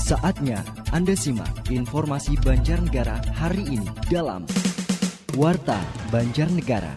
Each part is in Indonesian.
Saatnya Anda simak informasi Banjarnegara hari ini dalam Warta Banjarnegara.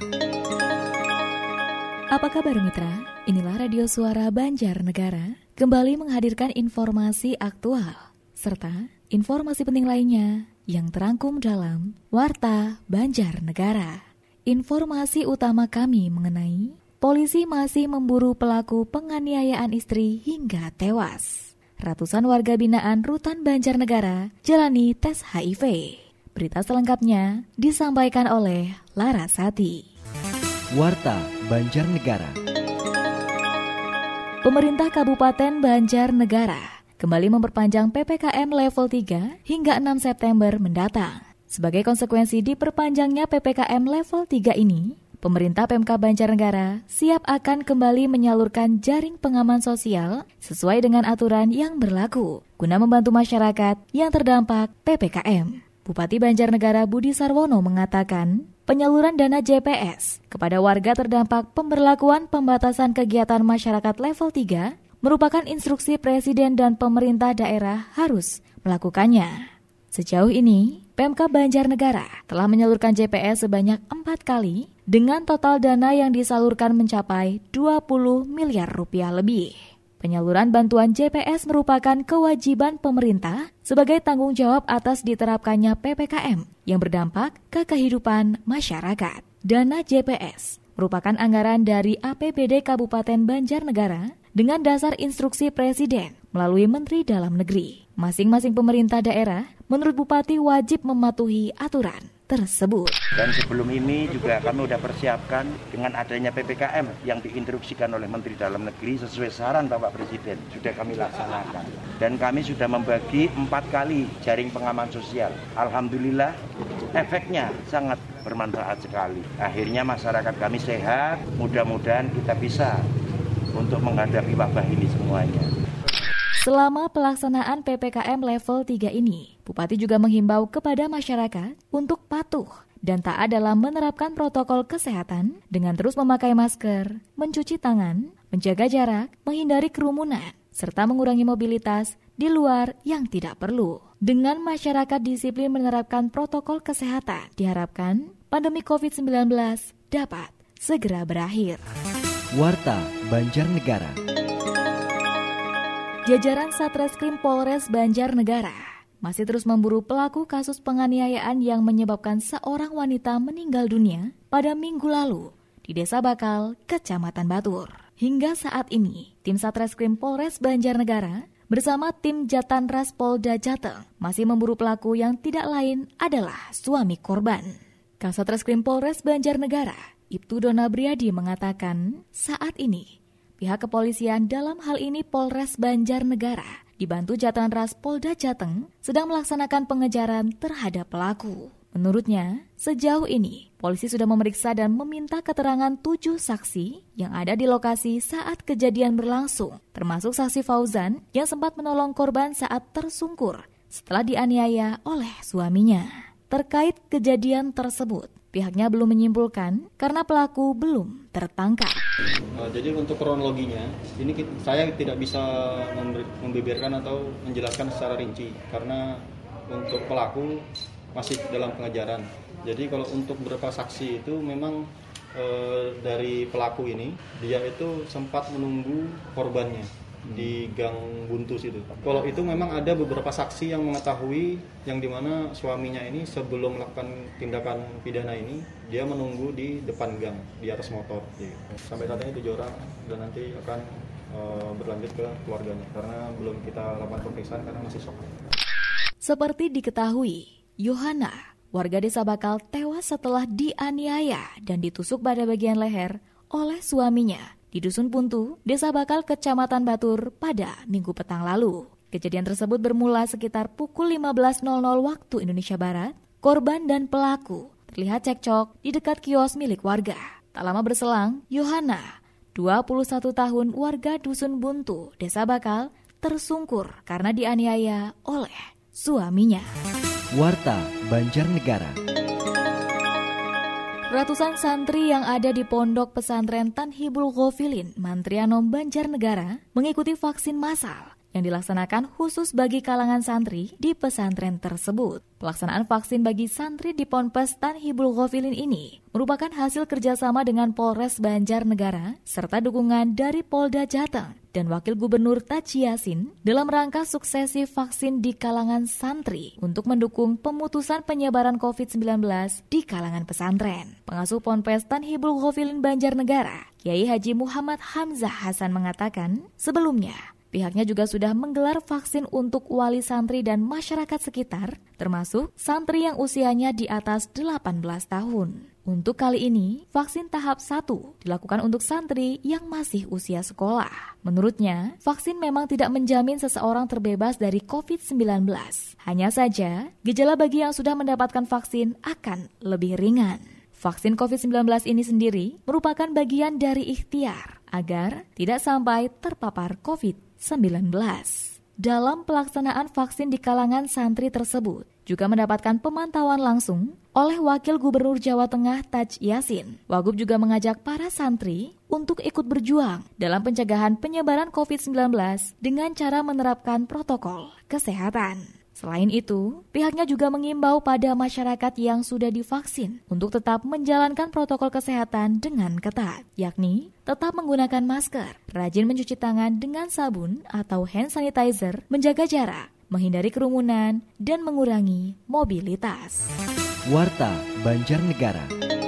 Apa kabar mitra? Inilah Radio Suara Banjarnegara kembali menghadirkan informasi aktual serta informasi penting lainnya yang terangkum dalam Warta Banjarnegara. Informasi utama kami mengenai polisi masih memburu pelaku penganiayaan istri hingga tewas. Ratusan warga binaan Rutan Banjarnegara jalani tes HIV. Berita selengkapnya disampaikan oleh Larasati. Warta Banjarnegara. Pemerintah Kabupaten Banjarnegara kembali memperpanjang PPKM level 3 hingga 6 September mendatang. Sebagai konsekuensi diperpanjangnya PPKM level 3 ini, pemerintah Pemkab Banjarnegara siap akan kembali menyalurkan jaring pengaman sosial sesuai dengan aturan yang berlaku guna membantu masyarakat yang terdampak PPKM. Bupati Banjarnegara Budi Sarwono mengatakan, penyaluran dana JPS kepada warga terdampak pemberlakuan pembatasan kegiatan masyarakat level 3 merupakan instruksi Presiden dan pemerintah daerah harus melakukannya. Sejauh ini, Pemkab Banjarnegara telah menyalurkan JPS sebanyak 4 kali dengan total dana yang disalurkan mencapai 20 miliar rupiah lebih. Penyaluran bantuan JPS merupakan kewajiban pemerintah sebagai tanggung jawab atas diterapkannya PPKM yang berdampak ke kehidupan masyarakat. Dana JPS merupakan anggaran dari APBD Kabupaten Banjarnegara dengan dasar instruksi Presiden melalui Menteri Dalam Negeri. Masing-masing pemerintah daerah menurut Bupati wajib mematuhi aturan tersebut. Dan sebelum ini juga kami sudah persiapkan dengan adanya PPKM yang diinstruksikan oleh Menteri Dalam Negeri sesuai saran Bapak Presiden. Sudah kami laksanakan. Dan kami sudah membagi 4 kali jaring pengaman sosial. Alhamdulillah efeknya sangat bermanfaat sekali. Akhirnya masyarakat kami sehat, mudah-mudahan kita bisa untuk menghadapi wabah ini semuanya. Selama pelaksanaan PPKM level 3 ini, Bupati juga menghimbau kepada masyarakat untuk patuh dan taat dalam menerapkan protokol kesehatan dengan terus memakai masker, mencuci tangan, menjaga jarak, menghindari kerumunan, serta mengurangi mobilitas di luar yang tidak perlu. Dengan masyarakat disiplin menerapkan protokol kesehatan, diharapkan pandemi COVID-19 dapat segera berakhir. Warta Banjarnegara. Jajaran Satreskrim Polres Banjarnegara masih terus memburu pelaku kasus penganiayaan yang menyebabkan seorang wanita meninggal dunia pada Minggu lalu di Desa Bakal, Kecamatan Batur. Hingga saat ini, tim Satreskrim Polres Banjarnegara bersama tim Jatanras Polda Jateng masih memburu pelaku yang tidak lain adalah suami korban. Kasatreskrim Polres Banjarnegara, Ibtu Dona Briadi mengatakan saat ini pihak kepolisian dalam hal ini Polres Banjarnegara dibantu Jatanras Polda Jateng sedang melaksanakan pengejaran terhadap pelaku. Menurutnya, sejauh ini polisi sudah memeriksa dan meminta keterangan 7 saksi yang ada di lokasi saat kejadian berlangsung, termasuk saksi Fauzan yang sempat menolong korban saat tersungkur setelah dianiaya oleh suaminya. Terkait kejadian tersebut, pihaknya belum menyimpulkan karena pelaku belum tertangkap. Jadi untuk kronologinya, ini saya tidak bisa membeberkan atau menjelaskan secara rinci karena untuk pelaku masih dalam pengejaran. Jadi kalau untuk beberapa saksi itu memang dari pelaku ini, dia itu sempat menunggu korbannya di Gang Buntus itu. Kalau itu memang ada beberapa saksi yang mengetahui yang dimana suaminya ini sebelum melakukan tindakan pidana ini dia menunggu di depan gang di atas motor. Sampai saat ini 7 orang dan nanti akan berlanjut ke keluarganya karena belum kita lakukan pemeriksaan karena masih shock. Seperti diketahui, Yohana, warga Desa Bakal tewas setelah dianiaya dan ditusuk pada bagian leher oleh suaminya di Dusun Puntu, Desa Bakal, Kecamatan Batur pada Minggu petang lalu. Kejadian tersebut bermula sekitar pukul 15.00 waktu Indonesia Barat. Korban dan pelaku terlihat cekcok di dekat kios milik warga. Tak lama berselang, Yohana, 21 tahun warga Dusun Buntu, Desa Bakal, tersungkur karena dianiaya oleh suaminya. Warta Banjarnegara. Ratusan santri yang ada di Pondok Pesantren Tanhibul Ghofilin, Mantrianom, Banjarnegara mengikuti vaksin massal yang dilaksanakan khusus bagi kalangan santri di pesantren tersebut. Pelaksanaan vaksin bagi santri di Ponpes Tanhibul Ghafilin ini merupakan hasil kerjasama dengan Polres Banjarnegara serta dukungan dari Polda Jateng dan Wakil Gubernur Taji Yasin dalam rangka suksesi vaksin di kalangan santri untuk mendukung pemutusan penyebaran COVID-19 di kalangan pesantren. Pengasuh Ponpes Tanhibul Ghafilin Banjarnegara, Kiai Haji Muhammad Hamzah Hasan mengatakan, sebelumnya pihaknya juga sudah menggelar vaksin untuk wali santri dan masyarakat sekitar, termasuk santri yang usianya di atas 18 tahun. Untuk kali ini, vaksin tahap 1 dilakukan untuk santri yang masih usia sekolah. Menurutnya, vaksin memang tidak menjamin seseorang terbebas dari COVID-19. Hanya saja, gejala bagi yang sudah mendapatkan vaksin akan lebih ringan. Vaksin COVID-19 ini sendiri merupakan bagian dari ikhtiar agar tidak sampai terpapar COVID-19. Dalam pelaksanaan vaksin di kalangan santri tersebut juga mendapatkan pemantauan langsung oleh Wakil Gubernur Jawa Tengah Taji Yasin. Wagub juga mengajak para santri untuk ikut berjuang dalam pencegahan penyebaran COVID-19 dengan cara menerapkan protokol kesehatan. Selain itu, pihaknya juga mengimbau pada masyarakat yang sudah divaksin untuk tetap menjalankan protokol kesehatan dengan ketat, yakni tetap menggunakan masker, rajin mencuci tangan dengan sabun atau hand sanitizer, menjaga jarak, menghindari kerumunan, dan mengurangi mobilitas. Warta Banjarnegara.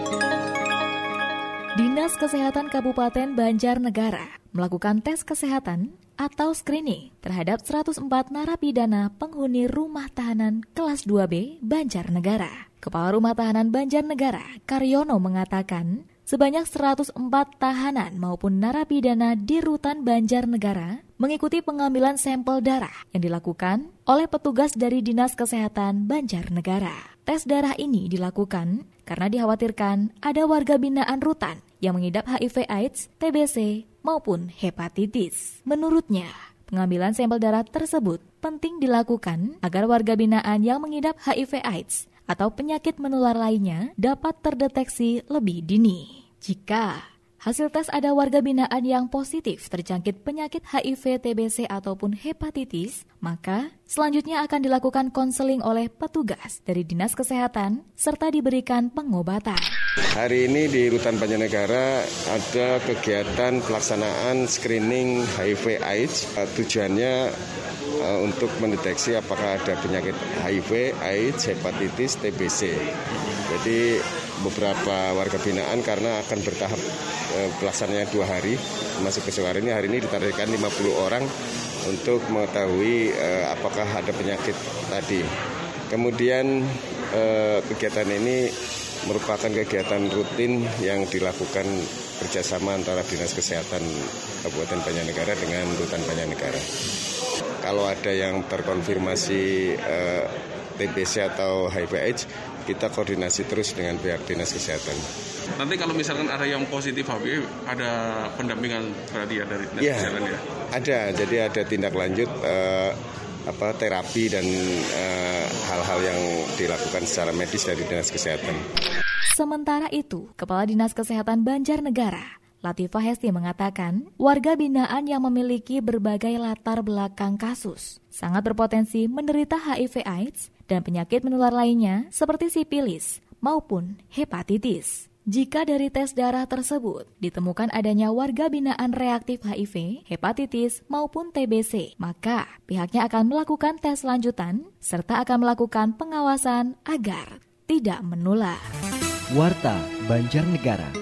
Dinas Kesehatan Kabupaten Banjarnegara melakukan tes kesehatan atau screening terhadap 104 narapidana penghuni rumah tahanan kelas 2B Banjarnegara. Kepala Rumah Tahanan Banjarnegara, Karyono, mengatakan sebanyak 104 tahanan maupun narapidana di Rutan Banjarnegara mengikuti pengambilan sampel darah yang dilakukan oleh petugas dari Dinas Kesehatan Banjarnegara. Tes darah ini dilakukan karena dikhawatirkan ada warga binaan rutan yang mengidap HIV/AIDS, TBC, maupun hepatitis. Menurutnya, pengambilan sampel darah tersebut penting dilakukan agar warga binaan yang mengidap HIV/AIDS atau penyakit menular lainnya dapat terdeteksi lebih dini. Jika hasil tes ada warga binaan yang positif terjangkit penyakit HIV, TBC, ataupun hepatitis, maka selanjutnya akan dilakukan konseling oleh petugas dari Dinas Kesehatan serta diberikan pengobatan. Hari ini di Rutan Banjarnegara ada kegiatan pelaksanaan screening HIV/AIDS. Tujuannya untuk mendeteksi apakah ada penyakit HIV, AIDS, hepatitis, TBC. Jadi beberapa warga binaan karena akan bertahap pelaksanaannya 2 hari, masuk besok hari ini ditargetkan 50 orang untuk mengetahui apakah ada penyakit tadi. Kemudian kegiatan ini merupakan kegiatan rutin yang dilakukan kerjasama antara Dinas Kesehatan Kabupaten Banjarnegara dengan Rutan Banjarnegara. Kalau ada yang terkonfirmasi TBC atau HIV/AIDS, kita koordinasi terus dengan pihak Dinas Kesehatan. Nanti kalau misalkan ada yang positif HIV, ada pendampingan berarti ya dari Dinas Kesehatan ya? Ada, jadi ada tindak lanjut terapi dan hal-hal yang dilakukan secara medis dari Dinas Kesehatan. Sementara itu, Kepala Dinas Kesehatan Banjarnegara, Latifah Hesti, mengatakan warga binaan yang memiliki berbagai latar belakang kasus sangat berpotensi menderita HIV/AIDS dan penyakit menular lainnya seperti sipilis maupun hepatitis. Jika dari tes darah tersebut ditemukan adanya warga binaan reaktif HIV, hepatitis maupun TBC, maka pihaknya akan melakukan tes lanjutan serta akan melakukan pengawasan agar tidak menular. Warta Banjarnegara.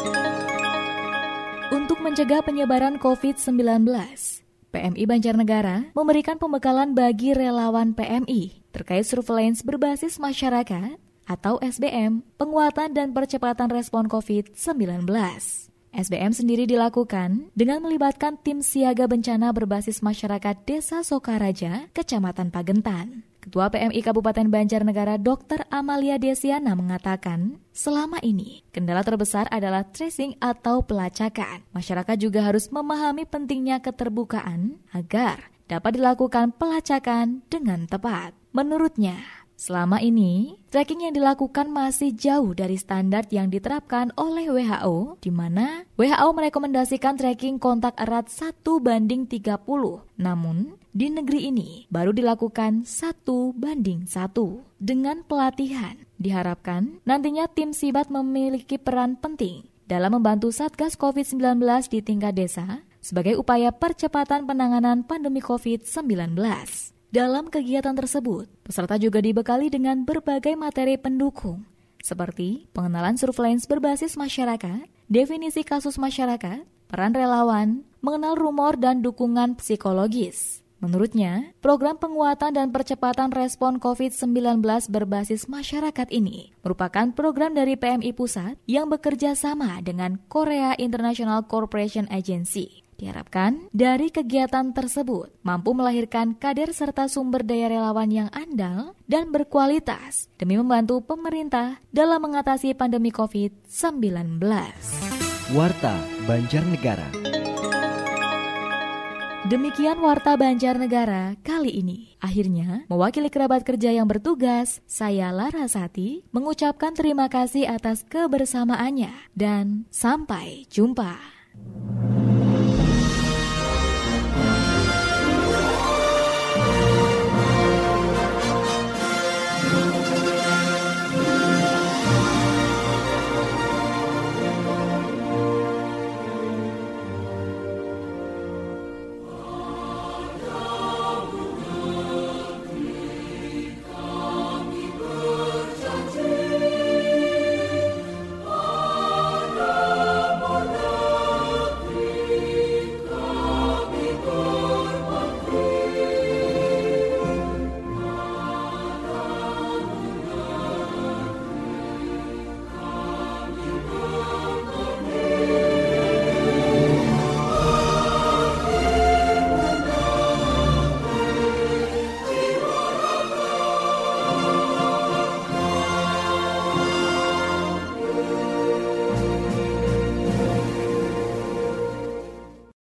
Untuk mencegah penyebaran COVID-19, PMI Banjarnegara memberikan pembekalan bagi relawan PMI terkait surveillance berbasis masyarakat atau SBM, penguatan dan percepatan respon COVID-19. SBM sendiri dilakukan dengan melibatkan tim siaga bencana berbasis masyarakat Desa Sokaraja, Kecamatan Pagentan. Ketua PMI Kabupaten Banjarnegara Dr. Amalia Desiana mengatakan, selama ini kendala terbesar adalah tracing atau pelacakan. Masyarakat juga harus memahami pentingnya keterbukaan agar dapat dilakukan pelacakan dengan tepat. Menurutnya, selama ini, tracking yang dilakukan masih jauh dari standar yang diterapkan oleh WHO, di mana WHO merekomendasikan tracking kontak erat 1:30. Namun, di negeri ini baru dilakukan 1:1. Dengan pelatihan, diharapkan nantinya tim Sibat memiliki peran penting dalam membantu Satgas COVID-19 di tingkat desa sebagai upaya percepatan penanganan pandemi COVID-19. Dalam kegiatan tersebut, peserta juga dibekali dengan berbagai materi pendukung, seperti pengenalan surveillance berbasis masyarakat, definisi kasus masyarakat, peran relawan, mengenal rumor dan dukungan psikologis. Menurutnya, program penguatan dan percepatan respon COVID-19 berbasis masyarakat ini merupakan program dari PMI Pusat yang bekerja sama dengan Korea International Cooperation Agency. Diharapkan dari kegiatan tersebut mampu melahirkan kader serta sumber daya relawan yang andal dan berkualitas demi membantu pemerintah dalam mengatasi pandemi COVID-19. Warta Banjarnegara. Demikian Warta Banjarnegara kali ini. Akhirnya, mewakili kerabat kerja yang bertugas, saya Larasati mengucapkan terima kasih atas kebersamaannya dan sampai jumpa.